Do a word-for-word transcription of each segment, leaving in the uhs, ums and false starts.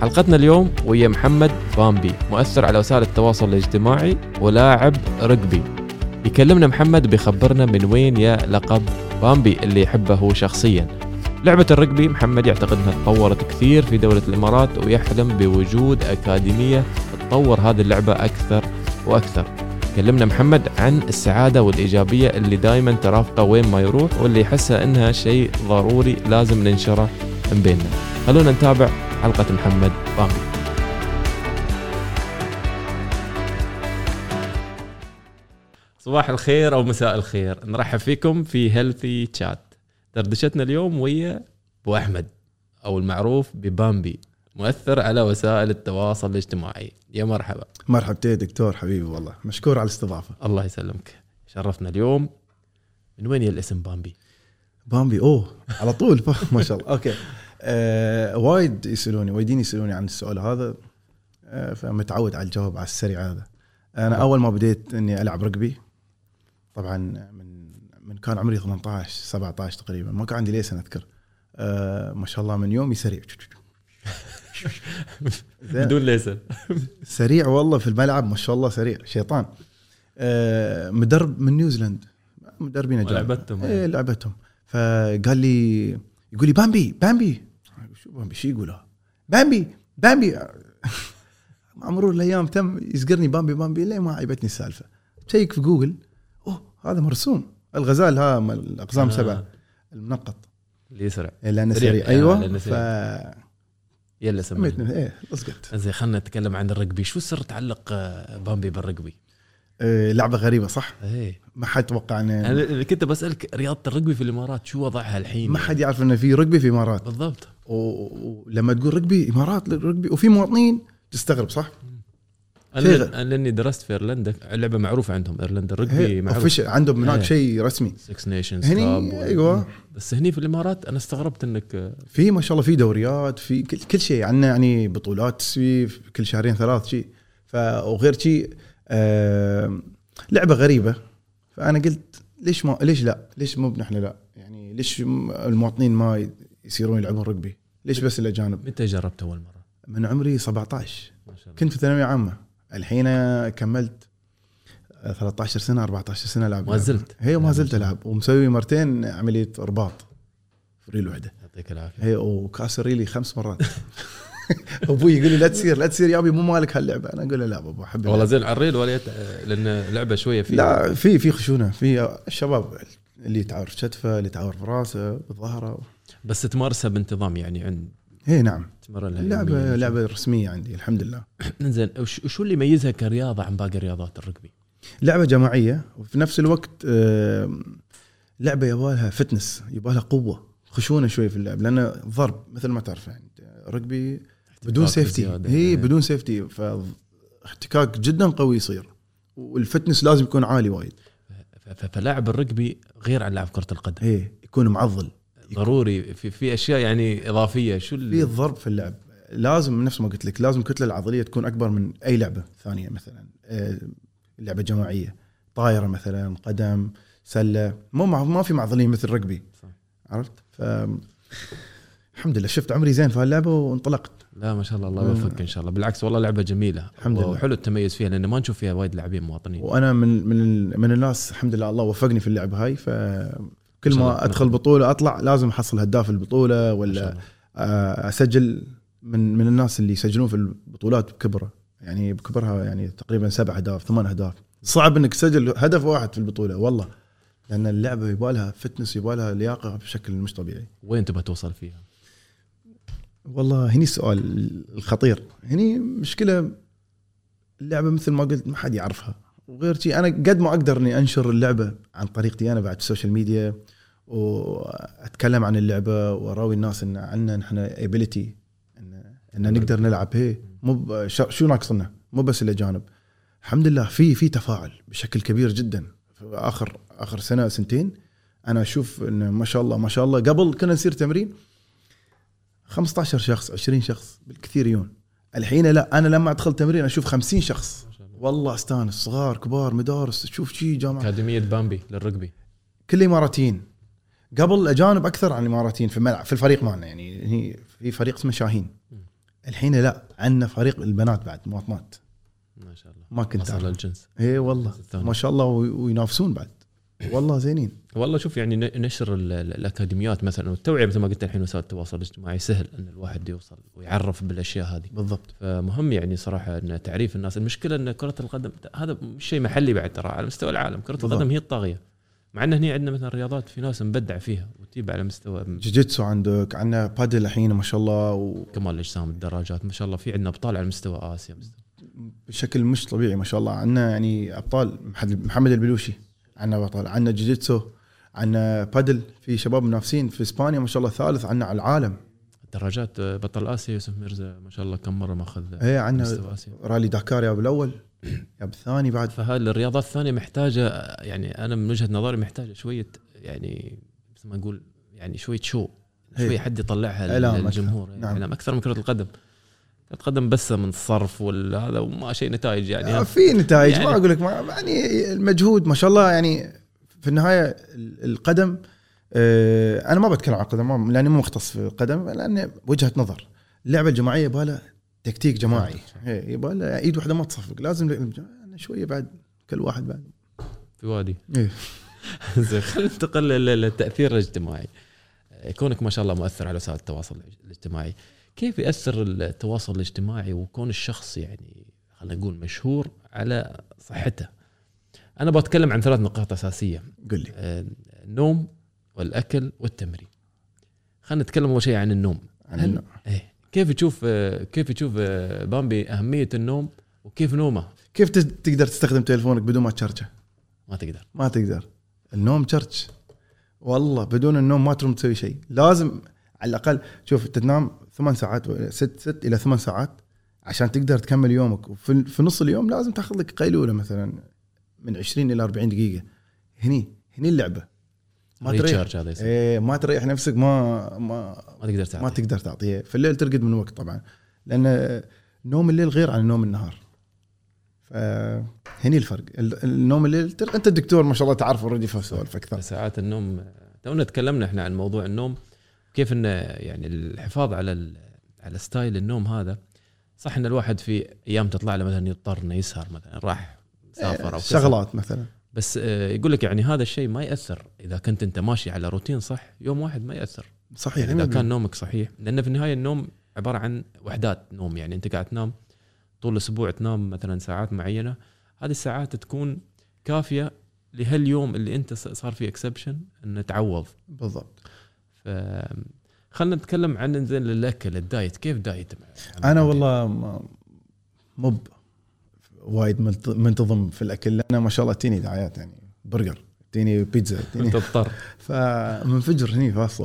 حلقتنا اليوم ويا محمد بامبي، مؤثر على وسائل التواصل الاجتماعي ولاعب رجبي. يكلمنا محمد بيخبرنا من وين يا لقب بامبي اللي يحبه هو شخصيا. لعبة الرجبي محمد يعتقد انها تطورت كثير في دولة الامارات، ويحلم بوجود اكاديمية تطور هذه اللعبة اكثر واكثر. كلمنا محمد عن السعادة والايجابية اللي دائما ترافقه وين ما يروح، واللي يحسها انها شيء ضروري لازم ننشره من بيننا. خلونا نتابع حلقة محمد بامبي. صباح الخير أو مساء الخير، نرحب فيكم في هيلثي تشات. دردشتنا اليوم ويا أبو أحمد أو المعروف ببامبي، مؤثر على وسائل التواصل الاجتماعي. يا مرحبا. مرحبتين دكتور حبيبي، والله مشكور على الاستضافة. الله يسلمك، شرفنا اليوم. من وين يا الاسم بامبي؟ بامبي أوه على طول ما شاء الله. أوكي أه وايد يسألوني وايدين يسألوني عن السؤال هذا، أه فمتعود على الجواب على السريع هذا. أنا أول ما بديت إني ألعب رجبي طبعا من من كان عمري ثمانية عشر سبعة عشر تقريبا، ما كان عندي ليسن أذكر. أه ما شاء الله من يومي سريع بدون ليسن سريع والله في الملعب ما شاء الله سريع شيطان. أه مدرب من نيوزيلاند، مدربين لعبتهم ايه لعبتهم. فقال لي يقول لي بامبي بامبي شو بامبي شو يقولها بامبي بامبي مع مرور الايام تم يذكرني بامبي بامبي ليه ما عيبتني السالفه. تشيك في جوجل، اوه هذا مرسوم الغزال ها الاقزام آه. سبعه المنقط اللي يسرع لانه سريع. ايوه آه. ف يلا سميتني ايه لصقت. زين خلنا نتكلم عن الرجبي. شو سر تعلق بامبي بالرجبي؟ إيه لعبه غريبه صح. ايه ما حد توقع ان انا كنت بسالك رياضه الرجبي في الامارات شو وضعها الحين؟ ما حد يعرف انه في رجبي في الامارات بالضبط. ولما تقول رجبي امارات رجبي وفي مواطنين تستغرب صح. انا لاني درست في ايرلندا، لعبه معروفه عندهم ايرلندا الرجبي معروف عندهم من هناك شيء رسمي سكس نيشنز هني. كاب ايوه بس هني في الامارات انا استغربت انك في ما شاء الله في دوريات في كل, كل شيء عندنا، يعني بطولات تسوي كل شهرين ثلاث شيء. فغير شيء آه لعبه غريبه. فانا قلت ليش ما ليش لا ليش مو نحن لا يعني ليش المواطنين ما يصيرون يلعبون رجبي؟ ليش بس الاجانب؟ متى جربت اول مره؟ من عمري سبعة عشر ما شاء الله. كنت في ثانويه عامه. الحين كملت ثلاثة عشر سنه أربعة عشر سنه لعب. ما زلت هي ما زلت العب ومسوي مرتين عمليه رباط في ريل وحده. يعطيك العافيه. هي وكاسر ريلي خمس مرات. ابوي يقول لي لا تصير لا تصير يا ابي مو مالك هاللعبه. انا اقول له لا بابا احب والله زين على الريل ولا يت... لان لعبه شويه في لا في في خشونه في الشباب اللي يتعور كتفه اللي يتعور براسه بظهره، بس تمارسها بانتظام يعني عند. ايه نعم تمرن لها لعبه يومياً. لعبه رسميه عندي الحمد لله. زين وشو اللي يميزها كرياضه عن باقي رياضات الرجبي؟ لعبه جماعيه وفي نفس الوقت لعبه يبالها فتنس، يبالها قوه خشونه شوي في اللعب، لانه ضرب مثل ما تعرف يعني رجبي بدون سيفتي. هي بدون سيفتي فاحتكاك جدا قوي يصير، والفتنس لازم يكون عالي وايد. فلاعب الرجبي غير عن لاعب كرة القدم. ايه يكون معضل ضروري في في اشياء يعني اضافيه. شو في الضرب في اللعب لازم نفس ما قلت لك لازم الكتله العضليه تكون اكبر من اي لعبه ثانيه. مثلا لعبه جماعيه طايره مثلا قدم سله مو ما في معضلين مثل الرجبي. عرفت؟ ف الحمد لله شفت عمري زين في هاللعبه وانطلقت. لا ما شاء الله الله يوفقك ان شاء الله. بالعكس والله لعبه جميله الحمد لله وحلو التميز فيها لان ما نشوف فيها وايد لاعبين مواطنين. وانا من من من الناس الحمد لله الله وفقني في اللعبه هاي. فكل ما ادخل بطوله اطلع لازم احصل هداف البطوله ولا اسجل من من الناس اللي يسجلون في البطولات بكبره يعني بكبرها يعني تقريبا سبع اهداف ثمان اهداف. صعب انك تسجل هدف واحد في البطوله والله، لان اللعبه يبالها فتنس يبالها لياقه بشكل مش طبيعي. وين تبغى توصل فيها؟ والله هني السؤال الخطير. هني مشكله اللعبه مثل ما قلت ما حد يعرفها، وغير شيء انا قد ما اقدر اني انشر اللعبه عن طريقتي انا بعد في السوشيال ميديا واتكلم عن اللعبه واراوي الناس ان عندنا نحن ابيليتي ان ان نقدر نلعب. هي مو شو ناقصنا مو بس الاجانب. الحمد لله في في تفاعل بشكل كبير جدا في اخر اخر سنه سنتين. انا اشوف ان ما شاء الله ما شاء الله قبل كنا نصير تمرين خمسة عشر شخص عشرين شخص بالكثير يون. الحين لا انا لما ادخل تمرين اشوف خمسين شخص والله استانس. صغار كبار مدارس تشوف شيء جامعه. اكاديميه بامبي للرجبي كل اماراتيين. قبل اجانب اكثر عن الاماراتيين في الملعب في الفريق مالنا. يعني هي في فريق اسمه شاهين الحين لا، عندنا فريق البنات بعد مواطنات ما شاء الله، ما كنت على الجنس. اي والله ما شاء الله، وينافسون بعد والله زينين. والله شوف يعني نشر الاكاديميات مثلا والتوعيه مثل ما قلت الحين وسائل التواصل الاجتماعي سهل ان الواحد يوصل ويعرف بالاشياء هذه بالضبط. فمهم يعني صراحه ان تعريف الناس. المشكله ان كره القدم هذا مش شيء محلي بعد، ترى على مستوى العالم كره بالضبط. القدم هي الطاغيه، مع ان هنا عندنا مثلا رياضات في ناس مبدع فيها وتجيب على مستوى جوجيتسو، عندك عندنا بادل الحين ما شاء الله، وكمال الاجسام الدراجات ما شاء الله، في عندنا ابطال على مستوى اسيا بشكل مش طبيعي ما شاء الله. عندنا يعني ابطال محمد البلوشي، عندنا بطل، عندنا جوجيتسو، عندنا بادل، في شباب منافسين في اسبانيا ما شاء الله ثالث عندنا على العالم. الدراجات بطل اسيا يوسف ميرزا ما شاء الله كم مره ماخذ. ايه عندنا رالي داكار يا بالاول يا بالثاني بعد. فهذه الرياضات الثانية محتاجه يعني انا من وجهه نظري محتاجه شويه يعني مثل ما نقول يعني شويه شو شويه حد يطلعها للجمهور يعني نعم. يعني اكثر من كره القدم. كره القدم بس من الصرف وهذا وما شيء نتائج يعني في نتائج يعني ما اقول لك يعني المجهود ما شاء الله يعني في النهايه القدم. انا ما بتكلم عن القدم لاني مو مختص في القدم، لان وجهه نظر. اللعبه الجماعيه يبغى تكتيك جماعي، يبغى لها ايد واحده ما تصفق، لازم شويه بعد كل واحد بعد في وادي. ايه زين خلينا ننتقل للتاثير الاجتماعي. كونك ما شاء الله مؤثر على وسائل التواصل الاجتماعي، كيف يأثر التواصل الاجتماعي وكون الشخص يعني خلينا نقول مشهور على صحته؟ أنا بتكلم عن ثلاث نقاط أساسية. قل لي. النوم والأكل والتمرين. خلينا نتكلم أول شيء عن النوم. عن النوم. إيه كيف تشوف كيف تشوف بامبي أهمية النوم وكيف نومه؟ كيف تقدر تستخدم تلفونك بدون ما تشارجه؟ ما تقدر. ما تقدر. النوم تشارج. والله بدون النوم ما تقدر تسوي شيء. لازم على الأقل شوف تنام ثمان ساعات ست ست إلى ثمان ساعات عشان تقدر تكمل يومك. وفي في نص اليوم لازم تاخذ لك قيلولة مثلا من عشرين إلى أربعين دقيقة. هني هني اللعبة. ما تريح هذا إيه ما تريح نفسك ما ما ما تقدر تعطيه. ما تقدر تعطيه في الليل. ترقد من وقت طبعا، لأن نوم الليل غير عن نوم النهار. فهني الفرق. النوم الليل أنت الدكتور ما شاء الله تعرف ورودي فسوالف أكثر. ساعات النوم تونا تكلمنا إحنا عن موضوع النوم كيف إنه يعني الحفاظ على على ستايل النوم هذا. صح إن الواحد في أيام تطلع له مثلا يضطر إنه يسهر مثلا راح سافر أو شغلات مثلا، بس يقول لك يعني هذا الشيء ما يأثر إذا كنت أنت ماشي على روتين صح. يوم واحد ما يأثر صحيح إذا كان نومك صحيح، لأن في النهاية النوم عبارة عن وحدات نوم. يعني أنت قاعد تنام طول الأسبوع تنام مثلا ساعات معينة، هذه الساعات تكون كافية لهاليوم اللي أنت صار فيه إكسبشن إنه تعوض. بالضبط. خلنا نتكلم عن زين الأكل الدايت. كيف دايت؟ أنا والله مو وايد منتظم في الأكل، لأن ما شاء الله تيني دعايات يعني برجر تيني بيتزا تيني تضطر فمنفجر هني فاصل.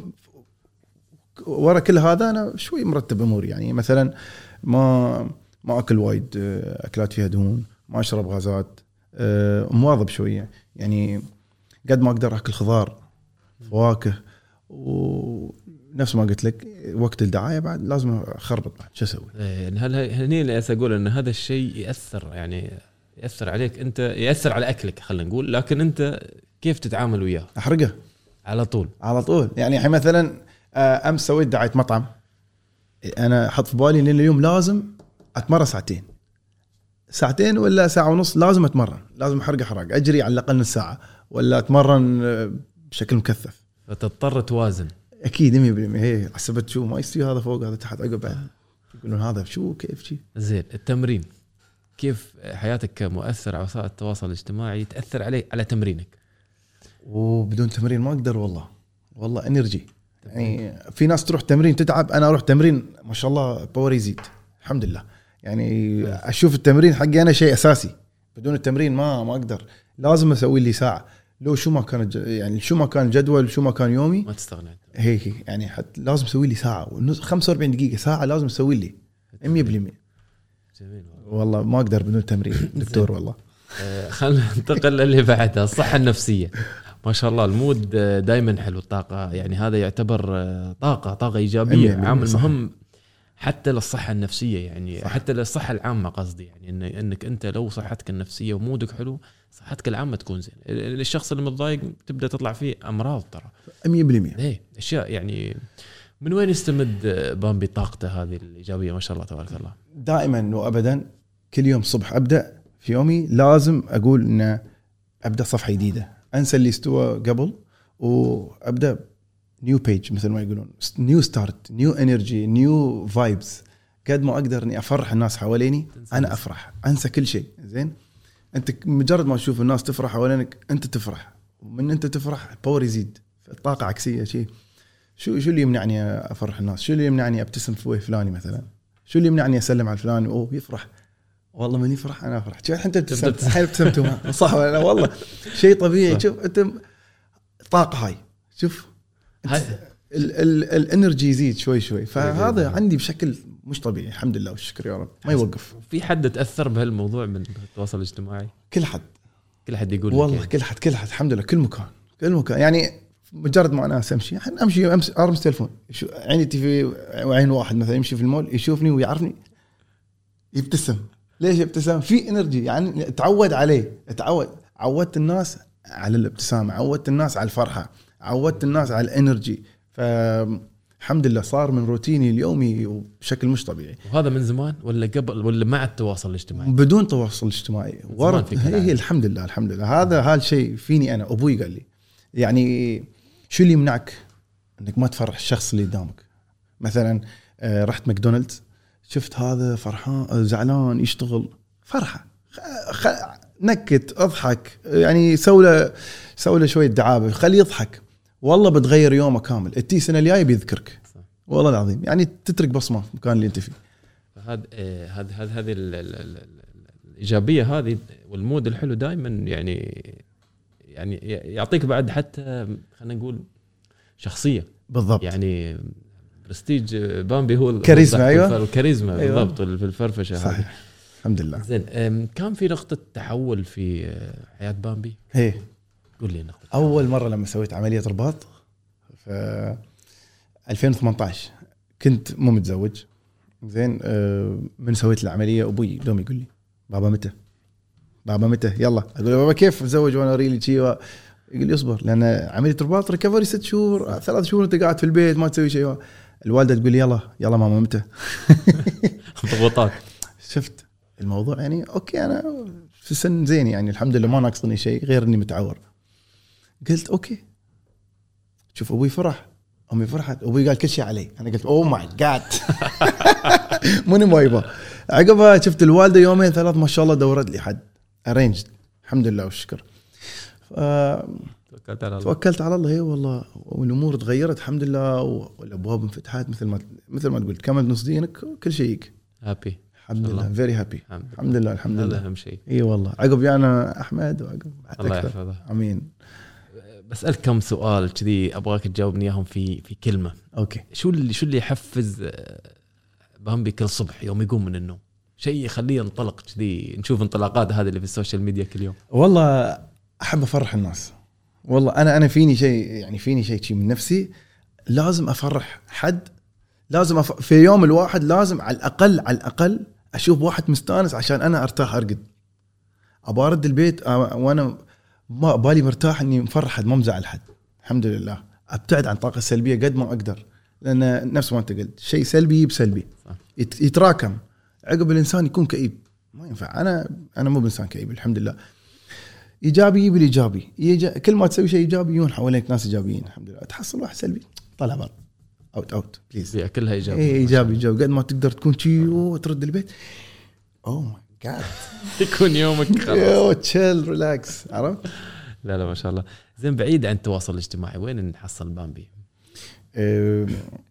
ورا كل هذا أنا شوي مرتب أموري. يعني مثلا ما ما أكل وايد أكلات فيها دهون، ما أشرب غازات، مواظب شوية. يعني قد ما أقدر أكل خضار فواكه، ونفس ما قلت لك وقت الدعاية بعد لازم أخربط بعد شو أسوي. يعني هل هني اللي أقول إن هذا الشيء يأثر يعني يأثر عليك أنت، يأثر على أكلك خلينا نقول، لكن أنت كيف تتعامل وياه؟ أحرقه على طول على طول. يعني الحين مثلا أمس سويت دعاية مطعم، أنا أحط في بالي إن اليوم لازم أتمرن ساعتين ساعتين ولا ساعة ونص، لازم أتمرن، لازم أحرق أحرق أجري على الأقل نص ساعة ولا أتمرن بشكل مكثف. فتضطر توازن. أكيد مية بالمية. هي حسبت شو ما يستوي هذا فوق هذا تحت عقب بعد يقولون هذا شو كيف شيء. زين التمرين كيف حياتك كمؤثر على وسائل التواصل الاجتماعي تأثر عليه على تمرينك؟ وبدون تمرين ما أقدر والله والله انرجي. يعني في ناس تروح تمرين تتعب، أنا أروح تمرين ما شاء الله باور يزيد الحمد لله. يعني أشوف التمرين حقي أنا شيء أساسي. بدون التمرين ما ما أقدر، لازم أسوي لي ساعة. لو شو ما كان يعني شو ما كان الجدول شو ما كان يومي ما تستغنى. هي هي يعني حتى لازم أسوي لي ساعة خمسة وأربعين دقيقة ساعة لازم أسوي لي مية بالمية. جميل والله ما أقدر بدون تمرين دكتور والله. خلينا ننتقل للي بعدها، الصحة النفسية. ما شاء الله المود دائما حلو، الطاقة يعني هذا يعتبر طاقة طاقة إيجابية، عامل مهم حتى للصحة النفسية يعني صح. حتى للصحة العامة قصدي، يعني إن إنك أنت لو صحتك النفسية ومودك حلو صحتك العامة تكون زين. الشخص اللي متضايق تبدأ تطلع فيه أمراض ترى مية بالمية. إيه أشياء يعني من وين يستمد بامبي طاقته هذه الإيجابية ما شاء الله تبارك الله؟ دائما وأبدا كل يوم صبح أبدأ في يومي لازم أقول إن أبدأ صفحة جديدة، أنسى اللي استوى قبل وأبدأ نيو بيج مثل ما يقولون، نيو ستارت، نيو انرجي، نيو فايبس. قد ما أقدر إني أفرح الناس حواليني أنا أفرح، أنسى كل شيء. زين أنت مجرد ما تشوف الناس تفرح حوالينك أنت تفرح، ومن أنت تفرح باور يزيد، الطاقة عكسية شيء. شو شو اللي يمنعني أفرح الناس؟ شو اللي يمنعني أبتسم في وجه فلاني مثلا؟ شو اللي يمنعني أسلم على فلان أوه يفرح؟ والله من يفرح أنا أفرح. شوف أنت ابتسمت الحين ابتسمتوا صح ولا لا؟ والله شيء طبيعي. شوف أنت طاقة هاي، شوف الانرجي يزيد شوي شوي، فهذا عندي بشكل مش طبيعي الحمد لله والشكر يا رب ما يوقف. في حد تأثر بهالموضوع من التواصل الاجتماعي؟ كل حد كل حد يقول والله يعني. كل حد كل حد الحمد لله، كل مكان كل مكان. يعني مجرد ما انا امشي امشي امس ارمس تلفون عيني في عين واحد مثلا يمشي في المول يشوفني ويعرفني يبتسم. ليش يبتسم؟ في انرجي يعني تعود عليه، تعود عودت الناس على الابتسامه، عودت الناس على الفرحه، عودت الناس على الانرجي. فالحمد لله صار من روتيني اليومي وبشكل مش طبيعي. وهذا من زمان ولا قبل ولا مع التواصل الاجتماعي؟ بدون تواصل اجتماعي ورد. هي الحمد لله الحمد لله هذا هالشيء فيني انا. ابوي قال لي يعني شو اللي يمنعك انك ما تفرح الشخص اللي قدامك؟ مثلا رحت ماكدونالدز شفت هذا فرحان زعلان يشتغل، فرحه خ... نكت اضحك، يعني سوله سوله شويه دعابه خليه يضحك، والله بتغير يومه كامل. التي السنه الجايه بيذكرك والله العظيم، يعني تترك بصمه في المكان اللي انت فيه. هذا هذا هذا هذه الايجابيه هذه والمود الحلو دائما يعني يعني يعطيك بعد حتى خلينا نقول شخصيه بالضبط. يعني برستيج بامبي هو الكاريزما. ايوه الكاريزما أيوة. بالضبط في الفرفشه هذه. الحمد لله. زين كان في نقطه تحول في حياه بامبي؟ ايه قول لي نقطه. اول مره لما سويت عمليه رباط في ألفين وثمانية عشر كنت مو متزوج. زين من سويت العمليه ابوي دوم يقول لي بابا متى بابا متى يلا. اقول له بابا كيف اتزوج وانا ريلي شيء؟ يقول لي اصبر لان عمليه رباط ريكفري ست شهور ثلاث شهور انت قاعد في البيت ما تسوي شيء. الوالده تقول لي يلا يلا ماما متى. ضغوطات. شفت الموضوع يعني اوكي انا في سن زين يعني الحمد لله ما ناقصني شيء غير اني متعور. قلت اوكي شوف ابوي فرح امي فرحت ابوي قال كل شيء علي. انا قلت اوه ماي جاد ماني ما يبغى. عقبها شفت الوالده يومين ثلاث ما شاء الله دورت لي حد ارينجد الحمد لله والشكر. توكلت على الله توكلت على الله. هي والله والامور تغيرت الحمد لله والابواب انفتحت مثل ما مثل ما تقول كمل نص دينك كل شيء هابي الحمد لله فيري هابي الحمد لله الحمد لله. هذا اهم شيء. اي والله عقب يعني احمد وعقب الله يحفظه امين. بسألك كم سؤال كذي ابغاك تجاوبني اياهم في في كلمه. اوكي. شو اللي شو اللي يحفز بامبي كل صبح يوم يقوم من النوم؟ شيء يخليه ينطلق كذي نشوف انطلاقات هذه اللي في السوشيال ميديا كل يوم. والله احب افرح الناس. والله انا انا فيني شيء يعني فيني شيء شيء من نفسي لازم افرح حد. لازم أف... في يوم الواحد لازم على الاقل على الاقل اشوف واحد مستانس عشان انا ارتاح ارقد. ابى ارد البيت وانا ما بالي مرتاح اني مفرح حد ما مزعل حد الحمد لله. ابتعد عن الطاقه السلبيه قد ما اقدر لان نفس ما انت قلت شيء سلبي بسلبي يتراكم عقب الانسان يكون كئيب ما ينفع. انا انا مو بانسان كئيب الحمد لله. ايجابي بالايجابي يجا... كل ما تسوي شيء ايجابي يكون حواليك ناس ايجابيين الحمد لله. تحصل واحد سلبي طلع برا اوت اوت بليز. كلها ايجابي. ايه ايجابي ايجابي قد ما تقدر تكون شي وترد البيت اوه ماي جاد يكون يومك خلاص يو تشيل ريلاكس. عرفت؟ لا لا ما شاء الله. زين بعيد عن التواصل الاجتماعي وين نحصل بامبي؟ إيه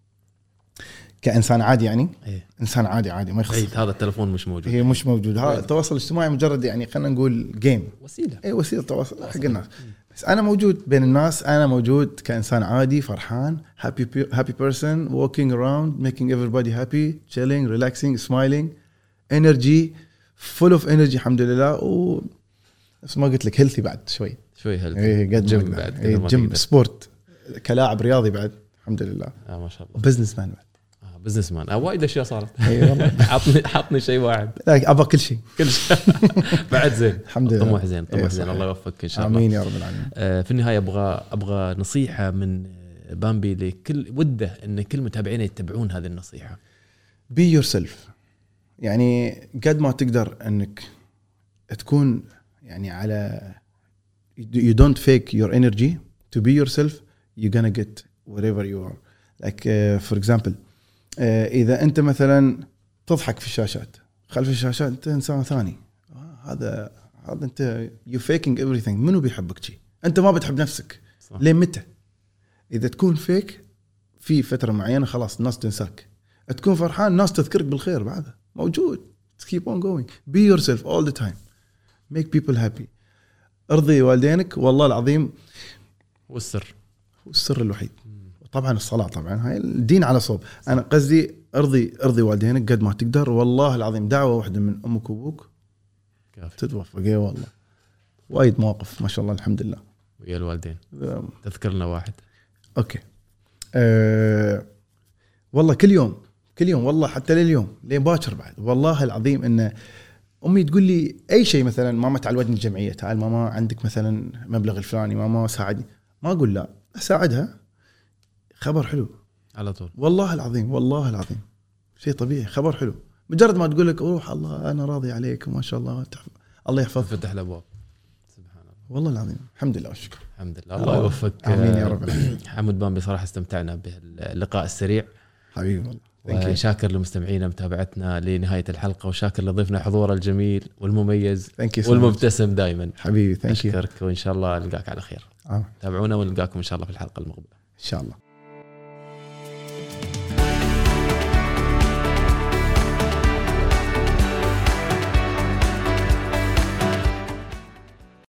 كإنسان عادي يعني إيه؟ إنسان عادي عادي ما يخص هذا التلفون مش موجود. هي مش موجود. هذا التواصل الاجتماعي مجرد يعني خلينا نقول جيم وسيلة. اي وسيلة تواصل حق الناس. بس أنا موجود بين الناس. أنا موجود كإنسان عادي فرحان happy happy person walking around making everybody happy chilling relaxing smiling energy full of energy الحمد لله. و بس ما قلت لك healthy بعد شوي شوي healthy. إيه قد جيم بعد. إيه جيم سبورت كلاعب رياضي بعد الحمد لله. آه ما شاء الله. بزنس مان بعد. آه بزنس مان. آه وايد أشياء صارت. اي والله. حطني حطني شيء واحد. لا ابغى كل شيء. كل شيء. بعد زين. الحمد لله. طموح زين طموح إيه زين الله يوفقك إن شاء الله. آمين يا رب العالمين. آه في النهاية أبغى أبغى نصيحة من بامبي لكل وده ان كل متابعينا يتبعون هذه النصيحه؟ be yourself. يعني قد ما تقدر انك تكون يعني على you don't fake your energy to be yourself, you're gonna get whatever you are. like uh, for example uh, اذا انت مثلا تضحك في الشاشات، خلف الشاشات انت انسان ثاني. آه هذا هذا انت you faking everything. منو بيحبك شيء؟ انت ما بتحب نفسك. صح. ليه متى؟ اذا تكون فيك في فتره معينه خلاص الناس تنساك، تكون فرحان الناس تذكرك بالخير بعدها موجود. keep on going, be yourself all the time, make people happy. ارضي والدينك والله العظيم والسر والسر الوحيد. طبعا الصلاه طبعا هاي الدين على صوب. انا قصدي ارضي ارضي والدينك قد ما تقدر. والله العظيم دعوه واحده من امك وابوك كافي تتوفق. اي والله وايد مواقف ما شاء الله الحمد لله ويا الوالدين. تذكر لنا واحد. اوكي أه والله كل يوم كل يوم والله حتى لليوم لين باكر بعد والله العظيم ان امي تقول لي اي شيء، مثلا ماما تعالودني الجمعيه، تعال ماما عندك مثلا مبلغ الفلاني، ماما ساعدني، ما اقول لا، اساعدها. خبر حلو على طول والله العظيم والله العظيم شيء طبيعي. خبر حلو مجرد ما تقول لك روح الله انا راضي عليك وما شاء الله الله يحفظك فتح الابواب. سبحان الله والله العظيم الحمد لله والشكر. الحمد لله الله يوفقك. امين يا رب العالمين. حمد بامبي صراحه استمتعنا باللقاء السريع حبيبي والله. وشاكر لمستمعينا متابعتنا لنهايه الحلقه، وشاكر لضيفنا حضوره الجميل والمميز والمبتسم دائما. حبيبي ثانك يو. اشكرك وان شاء الله نلقاك على خير. آه. تابعونا ونلقاكم ان شاء الله في الحلقه المقبله ان شاء الله.